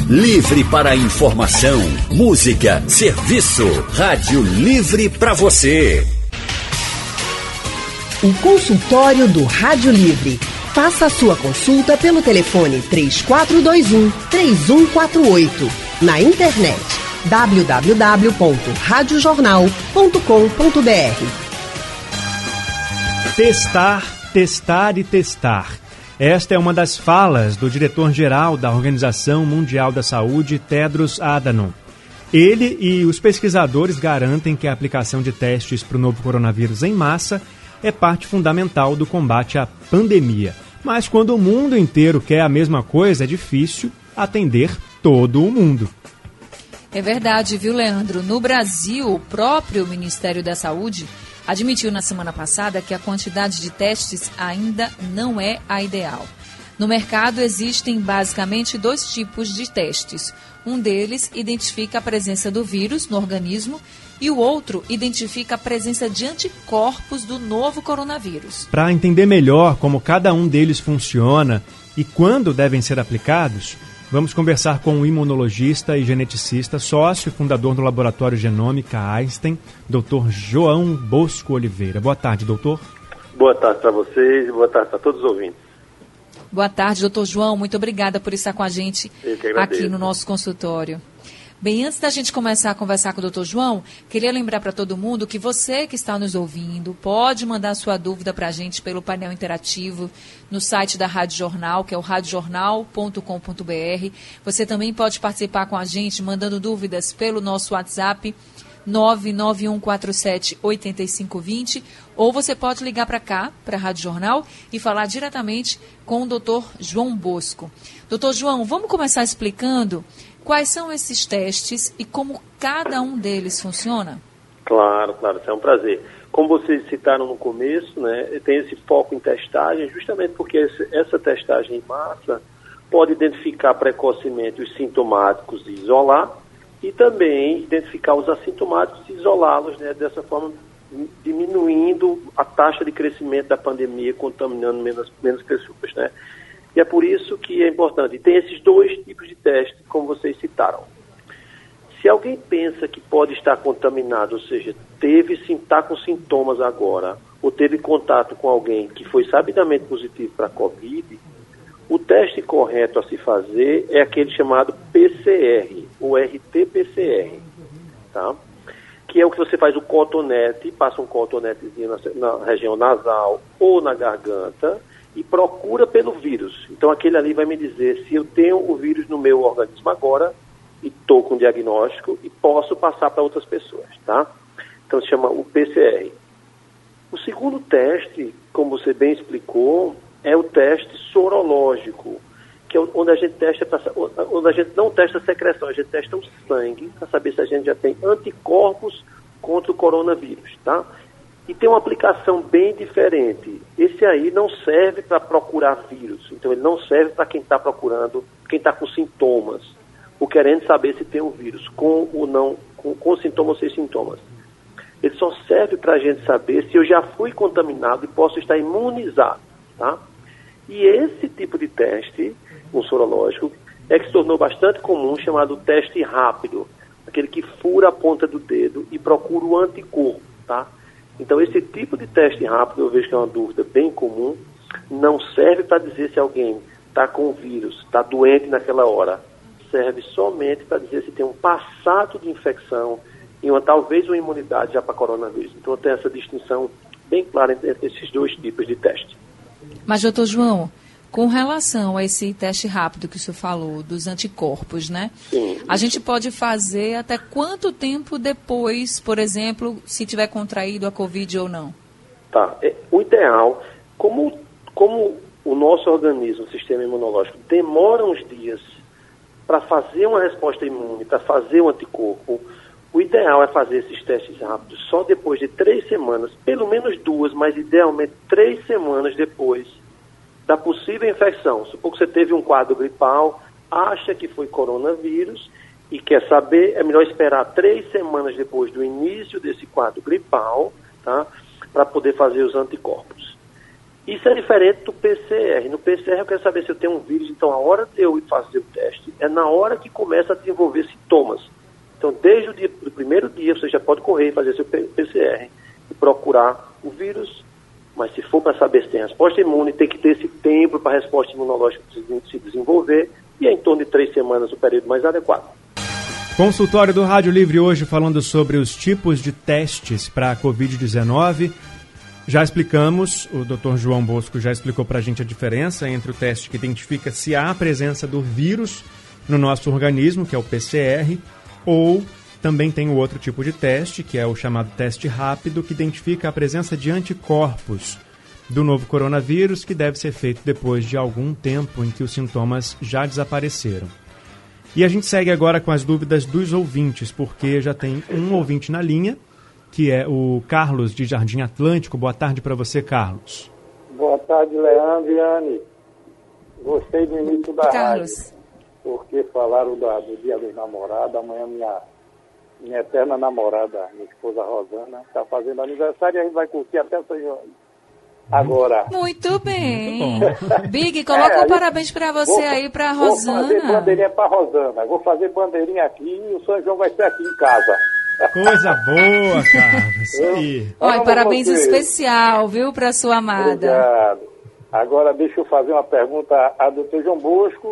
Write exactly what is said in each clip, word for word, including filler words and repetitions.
Livre para informação, música, serviço. Rádio Livre para você. O consultório do Rádio Livre. Faça a sua consulta pelo telefone três quatro dois um, três um quatro oito. Na internet w w w ponto rádio jornal ponto com ponto b r. Testar, testar e testar. Esta é uma das falas do diretor-geral da Organização Mundial da Saúde, Tedros Adhanom. Ele e os pesquisadores garantem que a aplicação de testes para o novo coronavírus em massa é parte fundamental do combate à pandemia. Mas quando o mundo inteiro quer a mesma coisa, é difícil atender todo o mundo. É verdade, viu, Leandro? No Brasil, o próprio Ministério da Saúde admitiu na semana passada que a quantidade de testes ainda não é a ideal. No mercado existem basicamente dois tipos de testes. Um deles identifica a presença do vírus no organismo e o outro identifica a presença de anticorpos do novo coronavírus. Para entender melhor como cada um deles funciona e quando devem ser aplicados, vamos conversar com o imunologista e geneticista, sócio e fundador do Laboratório Genômica Einstein, doutor João Bosco Oliveira. Boa tarde, doutor. Boa tarde para vocês e boa tarde para todos os ouvintes. Boa tarde, doutor João. Muito obrigada por estar com a gente aqui no nosso consultório. Bem, antes da gente começar a conversar com o doutor João, queria lembrar para todo mundo que você que está nos ouvindo pode mandar sua dúvida para a gente pelo painel interativo no site da Rádio Jornal, que é o rádio jornal ponto com ponto b r. Você também pode participar com a gente mandando dúvidas pelo nosso WhatsApp nove nove um quatro sete oito cinco dois zero, ou você pode ligar para cá, para a Rádio Jornal, e falar diretamente com o doutor João Bosco. doutor João, vamos começar explicando quais são esses testes e como cada um deles funciona? Claro, claro, isso é um prazer. Como vocês citaram no começo, né, tem esse foco em testagem, justamente porque esse, essa testagem em massa pode identificar precocemente os sintomáticos e isolar, e também identificar os assintomáticos e isolá-los, né, dessa forma diminuindo a taxa de crescimento da pandemia, contaminando menos, menos pessoas, né? E é por isso que é importante. E tem esses dois tipos de testes, como vocês citaram. Se alguém pensa que pode estar contaminado, ou seja, teve está com sintomas agora, ou teve contato com alguém que foi sabidamente positivo para a Covid, o teste correto a se fazer é aquele chamado P C R, o R T P C R, tá? Que é o que você faz o cotonete, passa um cotonetezinho na, na região nasal ou na garganta e procura pelo vírus. Então aquele ali vai me dizer se eu tenho o vírus no meu organismo agora e estou com diagnóstico e posso passar para outras pessoas, tá? Então se chama o P C R. O segundo teste, como você bem explicou, é o teste sorológico, que é onde a gente testa, pra, onde a gente não testa a secreção, a gente testa o sangue para saber se a gente já tem anticorpos contra o coronavírus, tá? E tem uma aplicação bem diferente. Esse aí não serve para procurar vírus, então ele não serve para quem está procurando, quem está com sintomas, ou querendo saber se tem o vírus, com ou não, com, com sintomas ou sem sintomas. Ele só serve para a gente saber se eu já fui contaminado e posso estar imunizado, tá? E esse tipo de teste, um sorológico, é que se tornou bastante comum, chamado teste rápido, aquele que fura a ponta do dedo e procura o anticorpo, tá? Então esse tipo de teste rápido, eu vejo que é uma dúvida bem comum, não serve para dizer se alguém está com o vírus, está doente naquela hora, serve somente para dizer se tem um passado de infecção e uma, talvez uma imunidade já para coronavírus. Então tem essa distinção bem clara entre esses dois tipos de teste. Mas, doutor João, com relação a esse teste rápido que o senhor falou, dos anticorpos, né? Sim. A gente pode fazer até quanto tempo depois, por exemplo, se tiver contraído a Covid ou não? Tá. É, o ideal, como, como o nosso organismo, o sistema imunológico, demora uns dias para fazer uma resposta imune, para fazer um anticorpo, o ideal é fazer esses testes rápidos só depois de três semanas, pelo menos duas, mas idealmente três semanas depois da possível infecção. Supor que você teve um quadro gripal, acha que foi coronavírus e quer saber, é melhor esperar três semanas depois do início desse quadro gripal, tá, para poder fazer os anticorpos. Isso é diferente do P C R. No P C R eu quero saber se eu tenho um vírus, então a hora de eu ir fazer o teste é na hora que começa a desenvolver sintomas. Então, desde o dia, do primeiro dia, você já pode correr e fazer seu P C R e procurar o vírus, mas se for para saber se tem resposta imune, tem que ter esse tempo para a resposta imunológica se desenvolver, e é em torno de três semanas o período mais adequado. Consultório do Rádio Livre hoje falando sobre os tipos de testes para a covid dezenove. Já explicamos, o doutor João Bosco já explicou para a gente a diferença entre o teste que identifica se há a presença do vírus no nosso organismo, que é o P C R, ou também tem o outro tipo de teste, que é o chamado teste rápido, que identifica a presença de anticorpos do novo coronavírus, que deve ser feito depois de algum tempo em que os sintomas já desapareceram. E a gente segue agora com as dúvidas dos ouvintes, porque já tem um ouvinte na linha, que é o Carlos, de Jardim Atlântico. Boa tarde para você, Carlos. Boa tarde, Leandro e Anne. Gostei do início da Carlos. rádio, porque falaram da, do Dia dos Namorados. Amanhã minha, minha eterna namorada, minha esposa Rosana, está fazendo aniversário e a gente vai curtir até São João. Agora. Muito bem. Muito Big, coloca é, um parabéns para você vou, aí, para Rosana. Vou fazer bandeirinha para Rosana. Vou fazer bandeirinha aqui e o São João vai ser aqui em casa. Coisa boa, cara. Isso aí. Olha, parabéns você. Especial, viu, para sua amada. Obrigado. Agora deixa eu fazer uma pergunta a doutor João Bosco,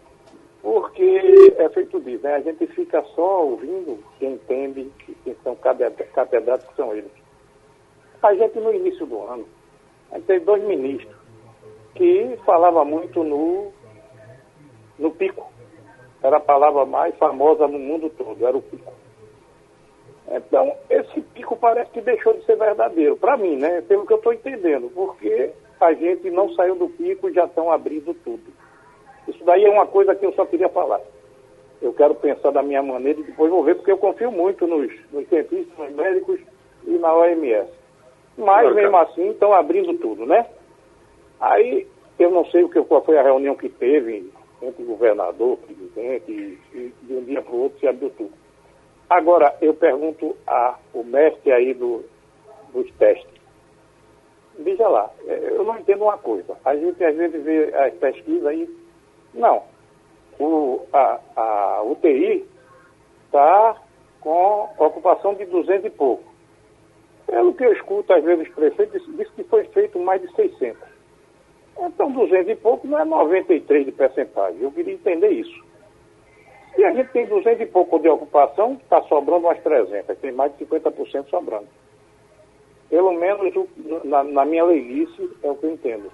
porque é feito disso, né? A gente fica só ouvindo quem entende, quem são catedráticos, são eles. A gente, no início do ano, a gente teve dois ministros que falavam muito no, no pico. Era a palavra mais famosa no mundo todo, era o pico. Então, esse pico parece que deixou de ser verdadeiro, para mim, né? Pelo que eu estou entendendo, porque a gente não saiu do pico e já estão abrindo tudo. Isso daí é uma coisa que eu só queria falar. Eu quero pensar da minha maneira e depois vou ver, porque eu confio muito nos, nos cientistas, nos médicos e na O M S. Mas, mesmo assim, estão abrindo tudo, né? Aí, eu não sei o que, qual foi a reunião que teve entre o governador, o presidente, e, e de um dia para o outro se abriu tudo. Agora, eu pergunto ao mestre aí do, dos testes. Veja lá, eu não entendo uma coisa. A gente às vezes vê as pesquisas aí. Não. O, a, a U T I está com ocupação de duzentos e pouco. Pelo que eu escuto, às vezes, os prefeitos diz que foi feito mais de seiscentos. Então, duzentos e pouco não é noventa e três de percentagem. Eu queria entender isso. E a gente tem duzentos e pouco de ocupação, está sobrando umas trezentas, tem mais de cinquenta por cento sobrando. Pelo menos na, na minha leilice é o que eu entendo.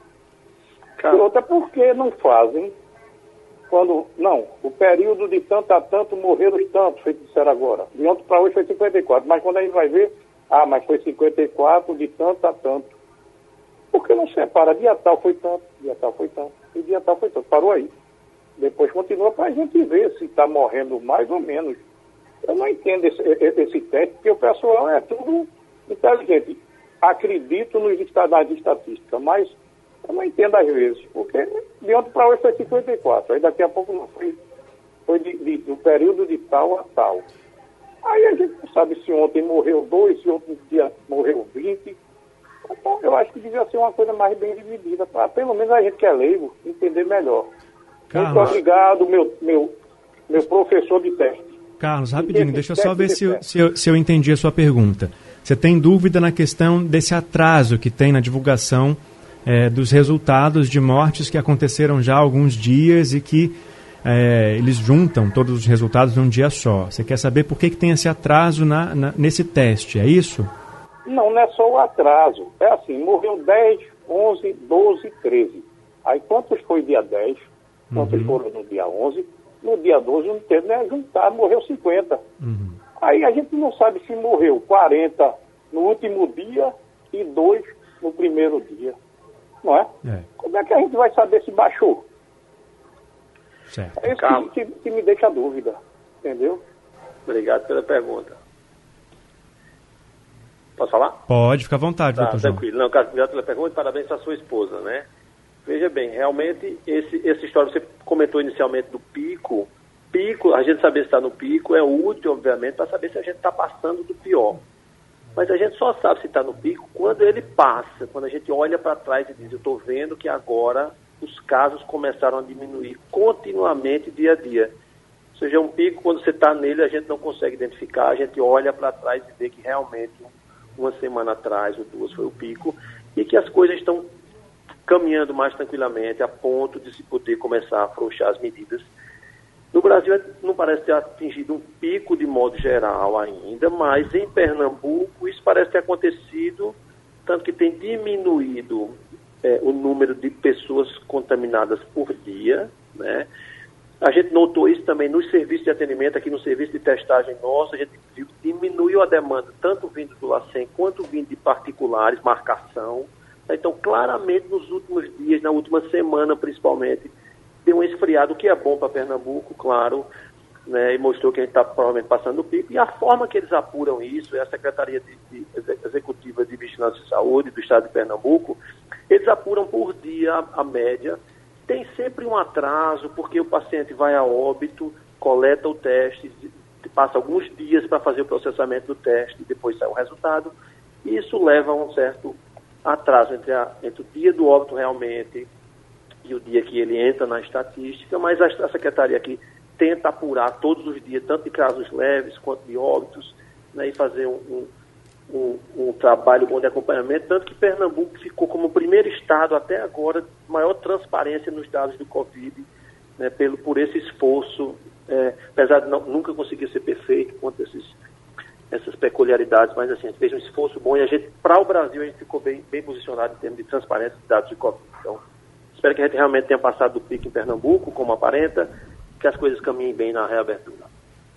E outra, por que não fazem, quando, não, o período de tanto a tanto morreram os tantos, feito disseram agora. De ontem para hoje foi cinquenta e quatro, mas quando a gente vai ver, ah, mas foi cinquenta e quatro de tanto a tanto. Por que não separa? Dia tal foi tanto, dia tal foi tanto, e dia tal foi tanto. Parou aí. Depois continua para a gente ver se está morrendo mais ou menos. Eu não entendo esse, esse teste, porque o pessoal é tudo inteligente. Acredito nos estados de estatística, mas eu não entendo às vezes, porque de ontem para hoje foi cinquenta e quatro, aí daqui a pouco não foi, foi de, de, do período de tal a tal. Aí a gente não sabe se ontem morreu dois, se outro dia morreu vinte. Então eu acho que devia ser uma coisa mais bem dividida, para pelo menos a gente que é leigo entender melhor. Carlos. Muito obrigado, meu, meu, meu professor de teste. Carlos, rapidinho, deixa eu só ver se eu, se, eu, se eu entendi a sua pergunta. Você tem dúvida na questão desse atraso que tem na divulgação é, dos resultados de mortes que aconteceram já há alguns dias e que é, eles juntam todos os resultados num dia só. Você quer saber por que, que tem esse atraso na, na, nesse teste, é isso? Não, não é só o atraso. É assim, morreu dez, onze, doze, treze. Aí quantos foi dia dez? Quantos uhum. foram no dia onze? No dia doze não teve, né? Juntar, morreu cinquenta. Uhum. Aí a gente não sabe se morreu quarenta no último dia e dois no primeiro dia. Não é? é? Como é que a gente vai saber se baixou? Certo. É isso que, que, que me deixa dúvida. Entendeu? Obrigado pela pergunta. Posso falar? Pode, fica à vontade, tá, doutor João. Tranquilo. Não, obrigado pela pergunta e parabéns à sua esposa, né? Veja bem, realmente, esse, essa história, você comentou inicialmente do pico. Pico, a gente saber se está no pico é útil, obviamente, para saber se a gente está passando do pior. Mas a gente só sabe se está no pico quando ele passa, quando a gente olha para trás e diz, eu estou vendo que agora os casos começaram a diminuir continuamente dia a dia. Ou seja, é um pico, quando você está nele, a gente não consegue identificar, a gente olha para trás e vê que realmente uma semana atrás ou duas foi o pico e que as coisas estão caminhando mais tranquilamente a ponto de se poder começar a afrouxar as medidas. No Brasil não parece ter atingido um pico de modo geral ainda, mas em Pernambuco isso parece ter acontecido, tanto que tem diminuído é, o número de pessoas contaminadas por dia, né? A gente notou isso também nos serviços de atendimento, aqui no serviço de testagem nosso, a gente viu que diminuiu a demanda, tanto vindo do LACEN quanto vindo de particulares, marcação. Então, claramente, nos últimos dias, na última semana principalmente, deu um esfriado, o que é bom para Pernambuco, claro, né, e mostrou que a gente está provavelmente passando o pico. E a forma que eles apuram isso, é a Secretaria de, de Executiva de Vigilância e Saúde do Estado de Pernambuco, eles apuram por dia a, a média. Tem sempre um atraso, porque o paciente vai a óbito, coleta o teste, passa alguns dias para fazer o processamento do teste, depois sai o resultado, e isso leva a um certo atraso entre, a, entre o dia do óbito realmente e o dia que ele entra na estatística, mas a, a Secretaria aqui tenta apurar todos os dias, tanto de casos leves quanto de óbitos, né, e fazer um, um, um, um trabalho bom de acompanhamento, tanto que Pernambuco ficou como o primeiro estado até agora de maior transparência nos dados do Covid, né, pelo, por esse esforço, é, apesar de não, nunca conseguir ser perfeito quanto esses, essas peculiaridades, mas assim, a gente fez um esforço bom e a gente, para o Brasil, a gente ficou bem, bem posicionado em termos de transparência de dados de Covid. Então, espero que a gente realmente tenha passado do pico em Pernambuco, como aparenta, que as coisas caminhem bem na reabertura.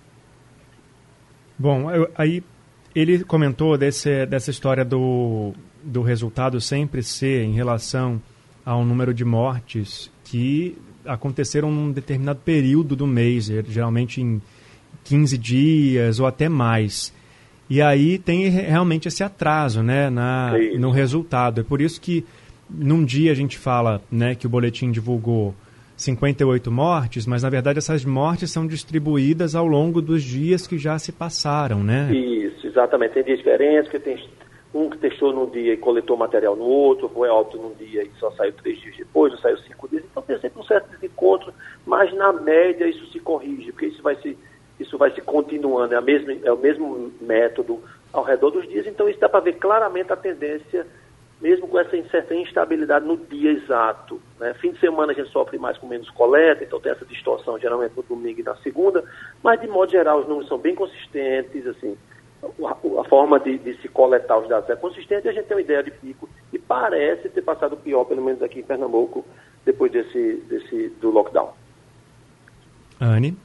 Bom, eu, aí ele comentou desse, dessa história do, do resultado sempre ser em relação ao número de mortes que aconteceram num determinado período do mês, geralmente em quinze dias ou até mais. E aí tem realmente esse atraso, né, na, no resultado. É por isso que num dia a gente fala, né, que o boletim divulgou cinquenta e oito mortes, mas na verdade essas mortes são distribuídas ao longo dos dias que já se passaram, né? Isso, exatamente. Tem dias diferentes, que tem um que testou num dia e coletou material no outro, foi óbito num dia e só saiu três dias depois, ou saiu cinco dias. Então tem sempre um certo desencontro, mas na média isso se corrige, porque isso vai se, isso vai se continuando, é, a mesma, é o mesmo método ao redor dos dias, então isso dá para ver claramente a tendência, mesmo com essa certa instabilidade no dia exato, né? Fim de semana a gente sofre mais com menos coleta, então tem essa distorção geralmente no domingo e na segunda, mas de modo geral os números são bem consistentes, assim, a, a forma de, de se coletar os dados é consistente e a gente tem uma ideia de pico e parece ter passado o pior, pelo menos aqui em Pernambuco, depois desse, desse do lockdown. Anne?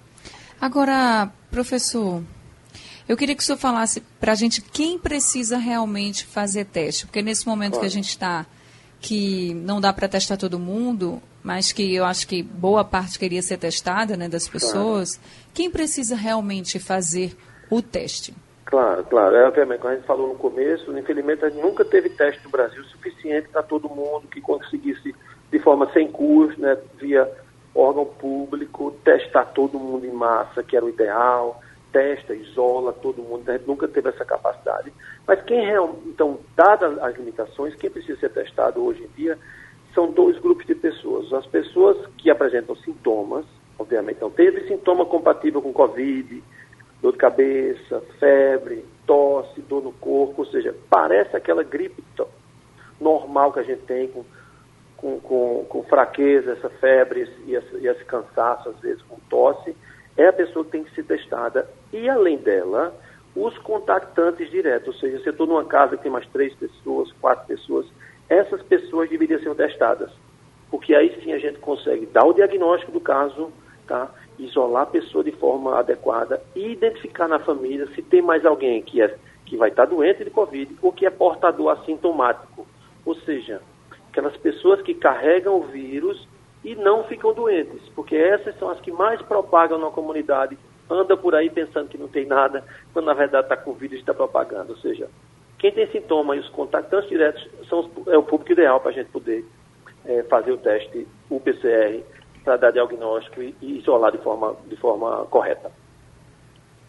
Agora, professor, eu queria que o senhor falasse para a gente quem precisa realmente fazer teste, porque nesse momento Olha. que a gente está, que não dá para testar todo mundo, mas que eu acho que boa parte queria ser testada, né, das pessoas, claro. Quem precisa realmente fazer o teste? Claro, claro. É, obviamente, como a gente falou no começo, infelizmente a gente nunca teve teste no Brasil suficiente para todo mundo que conseguisse, de forma sem custo, né, via órgão público, testar todo mundo em massa, que era o ideal. Testa, isola todo mundo, a gente nunca teve essa capacidade. Mas quem realmente, então, dadas as limitações, quem precisa ser testado hoje em dia são dois grupos de pessoas. As pessoas que apresentam sintomas, obviamente não teve sintoma compatível com Covid, dor de cabeça, febre, tosse, dor no corpo, ou seja, parece aquela gripe normal que a gente tem com, com, com, com fraqueza, essa febre e esse, e esse cansaço, às vezes com tosse. É a pessoa que tem que ser testada e, além dela, os contactantes diretos, ou seja, se eu estou numa casa que tem mais três pessoas, quatro pessoas, essas pessoas deveriam ser testadas, porque aí sim a gente consegue dar o diagnóstico do caso, tá? Isolar a pessoa de forma adequada e identificar na família se tem mais alguém que, é, que vai estar doente de Covid ou que é portador assintomático, ou seja, aquelas pessoas que carregam o vírus e não ficam doentes, porque essas são as que mais propagam na comunidade, anda por aí pensando que não tem nada, quando na verdade está com o vírus e está propagando. Ou seja, quem tem sintoma e os contactantes diretos são, é o público ideal para a gente poder é, fazer o teste, o P C R, para dar diagnóstico e, e isolar de forma, de forma correta.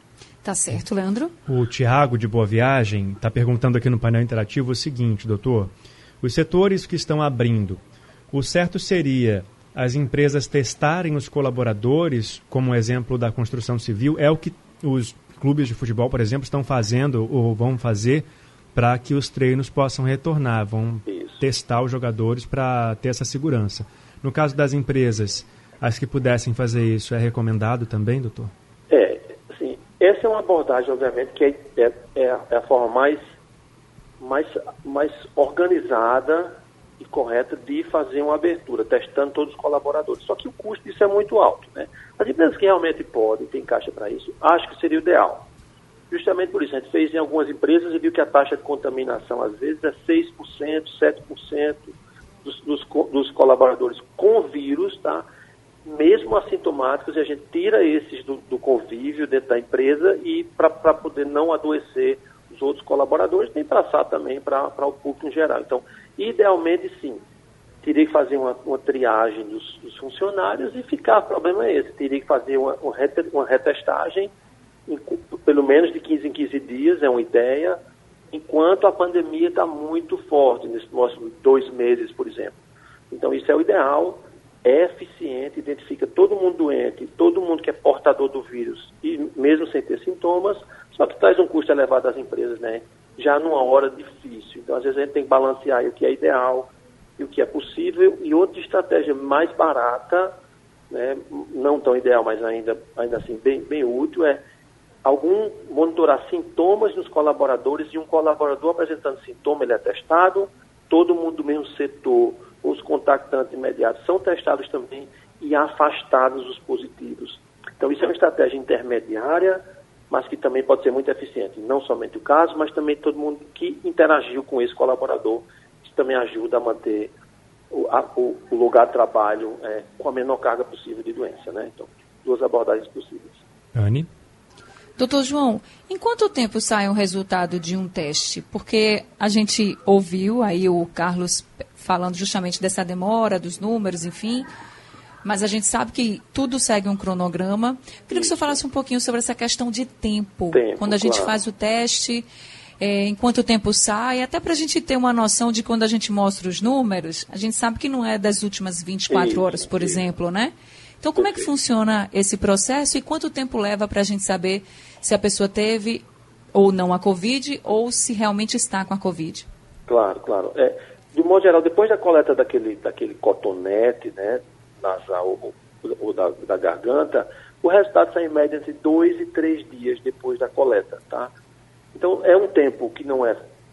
Tá certo, Leandro. O Tiago de Boa Viagem está perguntando aqui no painel interativo o seguinte, doutor. Os setores que estão abrindo, o certo seria as empresas testarem os colaboradores, como o exemplo da construção civil, é o que os clubes de futebol, por exemplo, estão fazendo ou vão fazer para que os treinos possam retornar, vão Isso. testar os jogadores para ter essa segurança. No caso das empresas, as que pudessem fazer isso, é recomendado também, doutor? É, assim, essa é uma abordagem, obviamente, que é, é, é, a, é a forma mais, mais, mais organizada e correta de fazer uma abertura, testando todos os colaboradores. Só que o custo disso é muito alto, né? As empresas que realmente podem, têm caixa para isso, acho que seria o ideal. Justamente por isso, a gente fez em algumas empresas e viu que a taxa de contaminação, às vezes, é seis por cento, sete por cento dos, dos, dos colaboradores com vírus, tá? Mesmo assintomáticos, e a gente tira esses do, do convívio dentro da empresa e para poder não adoecer os outros colaboradores, nem passar também para o público em geral. Então, idealmente, sim, teria que fazer uma, uma triagem dos, dos funcionários e ficar, o problema é esse, teria que fazer uma, uma retestagem em, pelo menos de quinze em quinze dias, é uma ideia, enquanto a pandemia está muito forte, nesses próximos dois meses, por exemplo. Então, isso é o ideal, é eficiente, identifica todo mundo doente, todo mundo que é portador do vírus, e mesmo sem ter sintomas, só que traz um custo elevado às empresas, né? Já numa hora difícil. Então, às vezes, a gente tem que balancear o que é ideal e o que é possível, e outra estratégia mais barata, né, não tão ideal, mas ainda, ainda assim bem, bem útil, é algum monitorar sintomas nos colaboradores, e um colaborador apresentando sintoma, ele é testado, todo mundo do mesmo setor, os contactantes imediatos são testados também e afastados os positivos. Então, isso é uma estratégia intermediária, mas que também pode ser muito eficiente. Não somente o caso, mas também todo mundo que interagiu com esse colaborador. Isso também ajuda a manter o, a, o, o lugar de trabalho é, com a menor carga possível de doença, né? Então, duas abordagens possíveis. Anne? Doutor João, em quanto tempo sai o resultado de um teste? Porque a gente ouviu aí o Carlos falando justamente dessa demora, dos números, enfim, mas a gente sabe que tudo segue um cronograma. Queria que o senhor falasse um pouquinho sobre essa questão de tempo. tempo quando a gente claro. faz o teste, é, em quanto tempo sai, até para a gente ter uma noção de quando a gente mostra os números, a gente sabe que não é das últimas vinte e quatro isso, horas, por isso. exemplo, né? Então, como Perfeito. é que funciona esse processo e quanto tempo leva para a gente saber se a pessoa teve ou não a Covid ou se realmente está com a Covid? Claro, claro. É, de modo geral, depois da coleta daquele, daquele cotonete, né, nasal ou, ou da, da garganta, o resultado sai em média entre dois e três dias depois da coleta, tá? Então, é um tempo que não é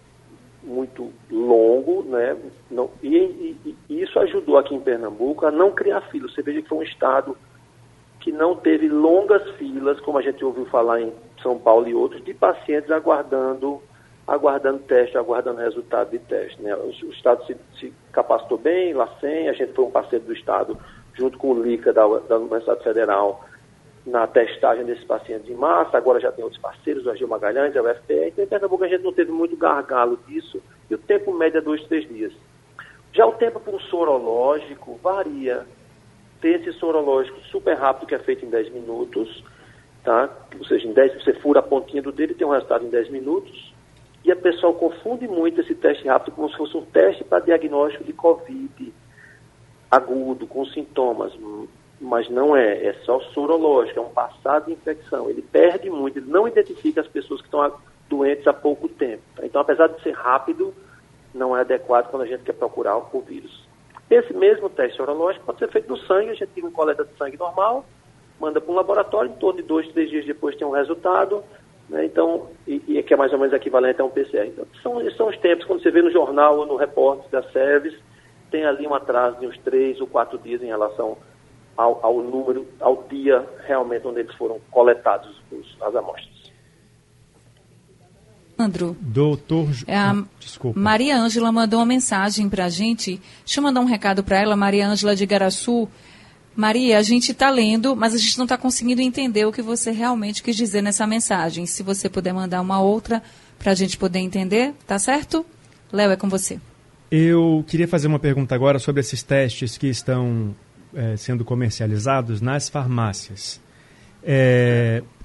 muito longo, né? Não, e, e, e isso ajudou aqui em Pernambuco a não criar filas. Você veja que foi um estado que não teve longas filas, como a gente ouviu falar em São Paulo e outros, de pacientes aguardando, aguardando teste, aguardando resultado de teste, né? O, o estado se, se capacitou bem, LACEN, a gente foi um parceiro do estado, junto com o LICA da, da Universidade Federal, na testagem desses pacientes em massa. Agora já tem outros parceiros, o Agil Magalhães, a U F P E. Então, em Pernambuco, a gente não teve muito gargalo disso, e o tempo médio é dois, três dias. Já o tempo para um sorológico varia. Tem esse sorológico super rápido, que é feito em dez minutos, tá? Ou seja, em dez, você fura a pontinha do dedo e tem um resultado em dez minutos. E a pessoa confunde muito esse teste rápido como se fosse um teste para diagnóstico de Covid agudo, com sintomas. Mas não é, é só sorológico, é um passado de infecção. Ele perde muito, ele não identifica as pessoas que estão doentes há pouco tempo. Tá? Então, apesar de ser rápido, não é adequado quando a gente quer procurar o vírus. Esse mesmo teste sorológico pode ser feito no sangue, a gente tem uma coleta de sangue normal, manda para um laboratório, em torno de dois, três dias depois tem um resultado, né? Então, e, e que é mais ou menos equivalente a um P C R. Então, são, são os tempos, quando você vê no jornal ou no repórter da Service, tem ali um atraso de uns três ou quatro dias em relação Ao, ao número, ao dia realmente onde eles foram coletados os, as amostras. Andro, doutor, é a desculpa. Maria Ângela mandou uma mensagem para a gente. Deixa eu mandar um recado para ela, Maria Ângela de Igaraçu. Maria, a gente está lendo, mas a gente não está conseguindo entender o que você realmente quis dizer nessa mensagem. Se você puder mandar uma outra para a gente poder entender, tá certo? Léo, é com você. Eu queria fazer uma pergunta agora sobre esses testes que estão É, sendo comercializados nas farmácias. É,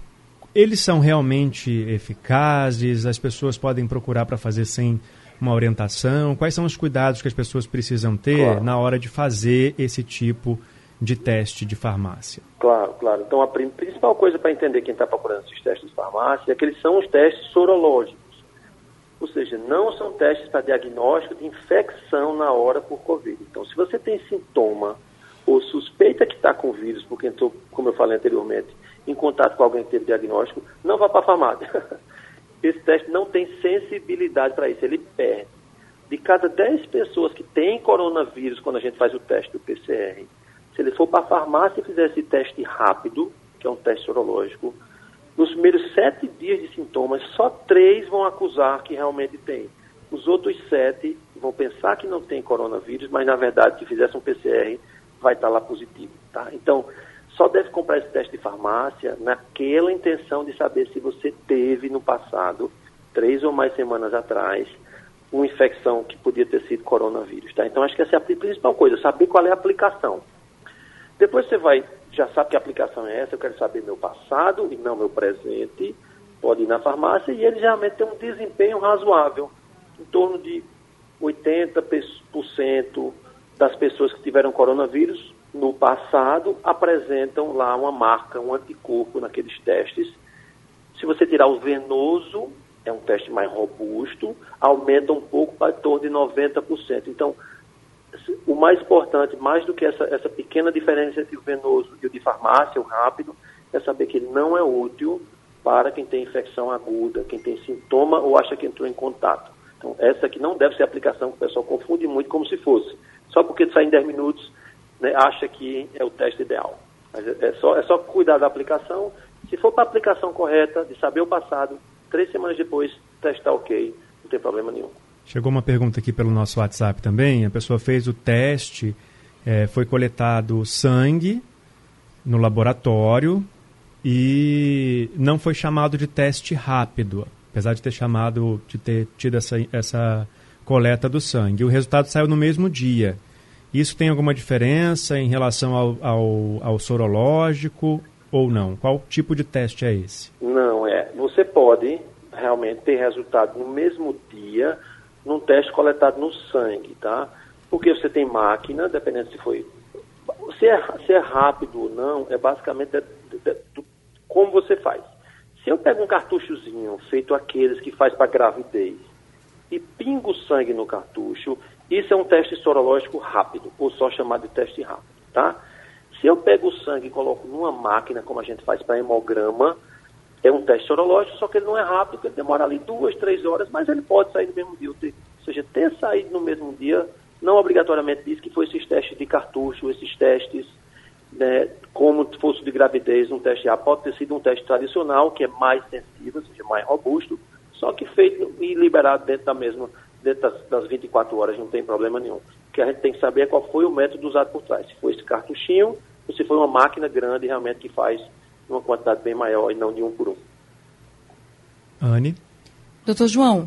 eles são realmente eficazes? As pessoas podem procurar para fazer sem uma orientação? Quais são os cuidados que as pessoas precisam ter claro. na hora de fazer esse tipo de teste de farmácia? Claro, claro. Então, a principal coisa para entender quem está procurando esses testes de farmácia é que eles são os testes sorológicos. Ou seja, não são testes para diagnóstico de infecção na hora por Covid. Então, se você tem sintoma ou suspeita que está com vírus, porque entrou, como eu falei anteriormente, em contato com alguém que teve diagnóstico, não vá para a farmácia. Esse teste não tem sensibilidade para isso, ele perde. De cada dez pessoas que têm coronavírus, quando a gente faz o teste do P C R, se ele for para a farmácia e fizer esse teste rápido, que é um teste sorológico, nos primeiros sete dias de sintomas, só três vão acusar que realmente tem. Os outros sete vão pensar que não tem coronavírus, mas na verdade, se fizesse um P C R, vai estar lá positivo. Tá? Então, só deve comprar esse teste de farmácia naquela intenção de saber se você teve no passado, três ou mais semanas atrás, uma infecção que podia ter sido coronavírus. Tá? Então, acho que essa é a principal coisa, saber qual é a aplicação. Depois você vai, já sabe que a aplicação é essa, eu quero saber meu passado e não meu presente, pode ir na farmácia e ele geralmente tem um desempenho razoável, em torno de oitenta por cento das pessoas que tiveram coronavírus no passado apresentam lá uma marca, um anticorpo naqueles testes. Se você tirar o venoso, é um teste mais robusto, aumenta um pouco para em torno de noventa por cento. Então, o mais importante, mais do que essa, essa pequena diferença entre o venoso e o de farmácia, o rápido, é saber que ele não é útil para quem tem infecção aguda, quem tem sintoma ou acha que entrou em contato. Então, essa aqui não deve ser a aplicação que o pessoal confunde muito como se fosse. Só porque sai em dez minutos, né, acha que é o teste ideal. Mas é, é, só, é só cuidar da aplicação. Se for para a aplicação correta, de saber o passado, três semanas depois, testar ok, não tem problema nenhum. Chegou uma pergunta aqui pelo nosso WhatsApp também. A pessoa fez o teste, é, foi coletado sangue no laboratório e não foi chamado de teste rápido, apesar de ter chamado, de ter tido essa, essa coleta do sangue. O resultado saiu no mesmo dia. Isso tem alguma diferença em relação ao, ao, ao sorológico ou não? Qual tipo de teste é esse? Não, é. Você pode realmente ter resultado no mesmo dia num teste coletado no sangue, tá? Porque você tem máquina, dependendo se foi... Se é, se é rápido ou não, é basicamente de, de, de, de, como você faz. Se eu pego um cartuchozinho, feito aqueles que faz para gravidez, e pingo sangue no cartucho, isso é um teste sorológico rápido, ou só chamado de teste rápido, tá? Se eu pego o sangue e coloco numa máquina, como a gente faz para hemograma, é um teste sorológico, só que ele não é rápido, porque ele demora ali duas, três horas, mas ele pode sair no mesmo dia. Ou seja, ter saído no mesmo dia não obrigatoriamente diz que foi esses testes de cartucho, esses testes, né, como se fosse de gravidez, um teste A, pode ter sido um teste tradicional, que é mais sensível, ou seja, mais robusto, só que feito e liberado dentro da mesma, dentro das, das vinte e quatro horas, não tem problema nenhum. O que a gente tem que saber é qual foi o método usado por trás, se foi esse cartuchinho, ou se foi uma máquina grande realmente que faz uma quantidade bem maior e não de um por um. Anne? Doutor João,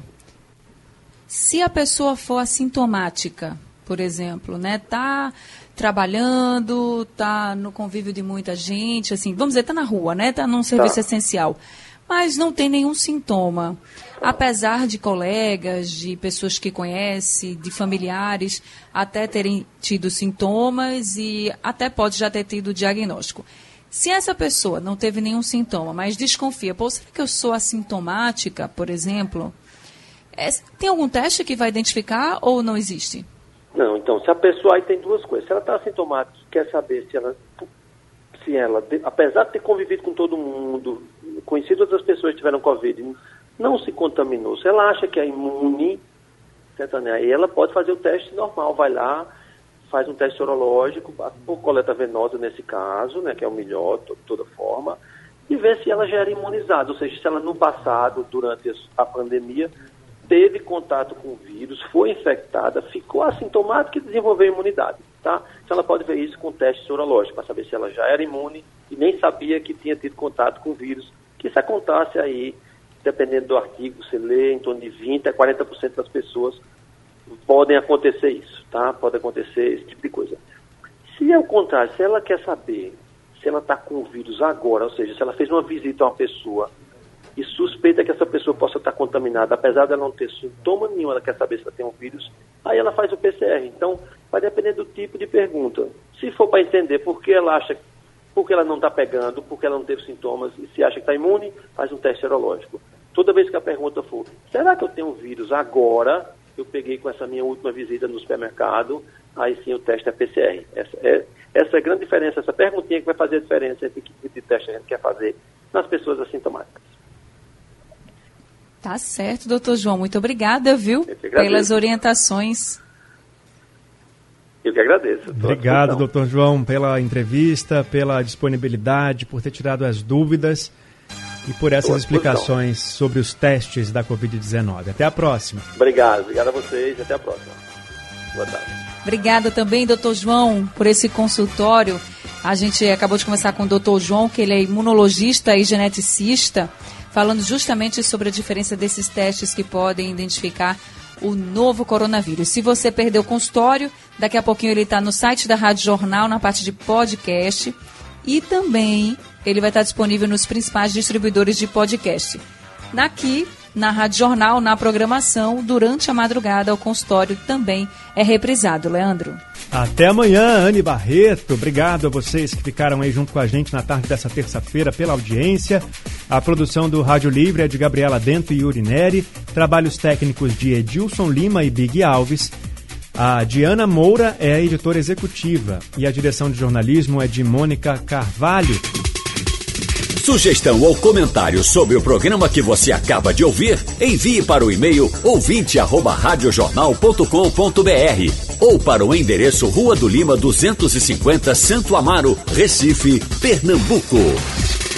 se a pessoa for assintomática, por exemplo, né, tá trabalhando, tá no convívio de muita gente, assim, vamos dizer, tá na rua, né, tá num serviço tá. essencial, mas não tem nenhum sintoma, apesar de colegas, de pessoas que conhece, de familiares, até terem tido sintomas e até pode já ter tido diagnóstico. Se essa pessoa não teve nenhum sintoma, mas desconfia, pô, será que eu sou assintomática, por exemplo? É, tem algum teste que vai identificar ou não existe? Não, então, se a pessoa aí tem duas coisas. Se ela está assintomática, quer saber se ela, se ela, apesar de ter convivido com todo mundo, conhecido outras pessoas que tiveram Covid, não se contaminou. Se ela acha que é imune, aí ela pode fazer o teste normal, vai lá, faz um teste sorológico, por coleta venosa nesse caso, né, que é o melhor, de toda forma, e ver se ela já era imunizada, ou seja, se ela no passado, durante a pandemia, teve contato com o vírus, foi infectada, ficou assintomática e desenvolveu imunidade, tá? Então ela pode ver isso com teste sorológico, para saber se ela já era imune e nem sabia que tinha tido contato com o vírus, que isso acontece aí, dependendo do artigo, você lê, em torno de vinte a quarenta por cento das pessoas podem acontecer isso, tá? Pode acontecer esse tipo de coisa. Se é o contrário, se ela quer saber se ela está com o vírus agora, ou seja, se ela fez uma visita a uma pessoa e suspeita que essa pessoa possa estar contaminada, apesar de ela não ter sintoma nenhum, ela quer saber se ela tem um vírus, aí ela faz o P C R. Então, vai depender do tipo de pergunta. Se for para entender por que ela acha, por que ela não está pegando, por que ela não teve sintomas, e se acha que está imune, faz um teste serológico. Toda vez que a pergunta for, será que eu tenho um vírus agora? Eu peguei com essa minha última visita no supermercado, aí sim o teste é P C R. Essa é, essa é a grande diferença, essa perguntinha que vai fazer a diferença entre que tipo de teste a gente quer fazer nas pessoas assintomáticas. Tá certo, doutor João. Muito obrigada, viu, pelas orientações. Eu que agradeço. Obrigado, doutor João, pela entrevista, pela disponibilidade, por ter tirado as dúvidas e por essas explicações sobre os testes da covid dezenove. Até a próxima. Obrigado, obrigado a vocês e até a próxima. Boa tarde. Obrigada também, doutor João, por esse consultório. A gente acabou de conversar com o doutor João, que ele é imunologista e geneticista, falando justamente sobre a diferença desses testes que podem identificar o novo coronavírus. Se você perdeu o consultório, daqui a pouquinho ele está no site da Rádio Jornal, na parte de podcast, e também ele vai estar disponível nos principais distribuidores de podcast. Daqui, na Rádio Jornal, na programação, durante a madrugada, o consultório também é reprisado. Leandro. Até amanhã, Anne Barreto. Obrigado a vocês que ficaram aí junto com a gente na tarde dessa terça-feira pela audiência. A produção do Rádio Livre é de Gabriela Dento e Yuri Neri. Trabalhos técnicos de Edilson Lima e Big Alves. A Diana Moura é a editora executiva e a direção de jornalismo é de Mônica Carvalho. Sugestão ou comentário sobre o programa que você acaba de ouvir, envie para o e-mail ouvinte arroba radiojornal ponto com ponto br ou para o endereço Rua do Lima duzentos e cinquenta, Santo Amaro, Recife, Pernambuco.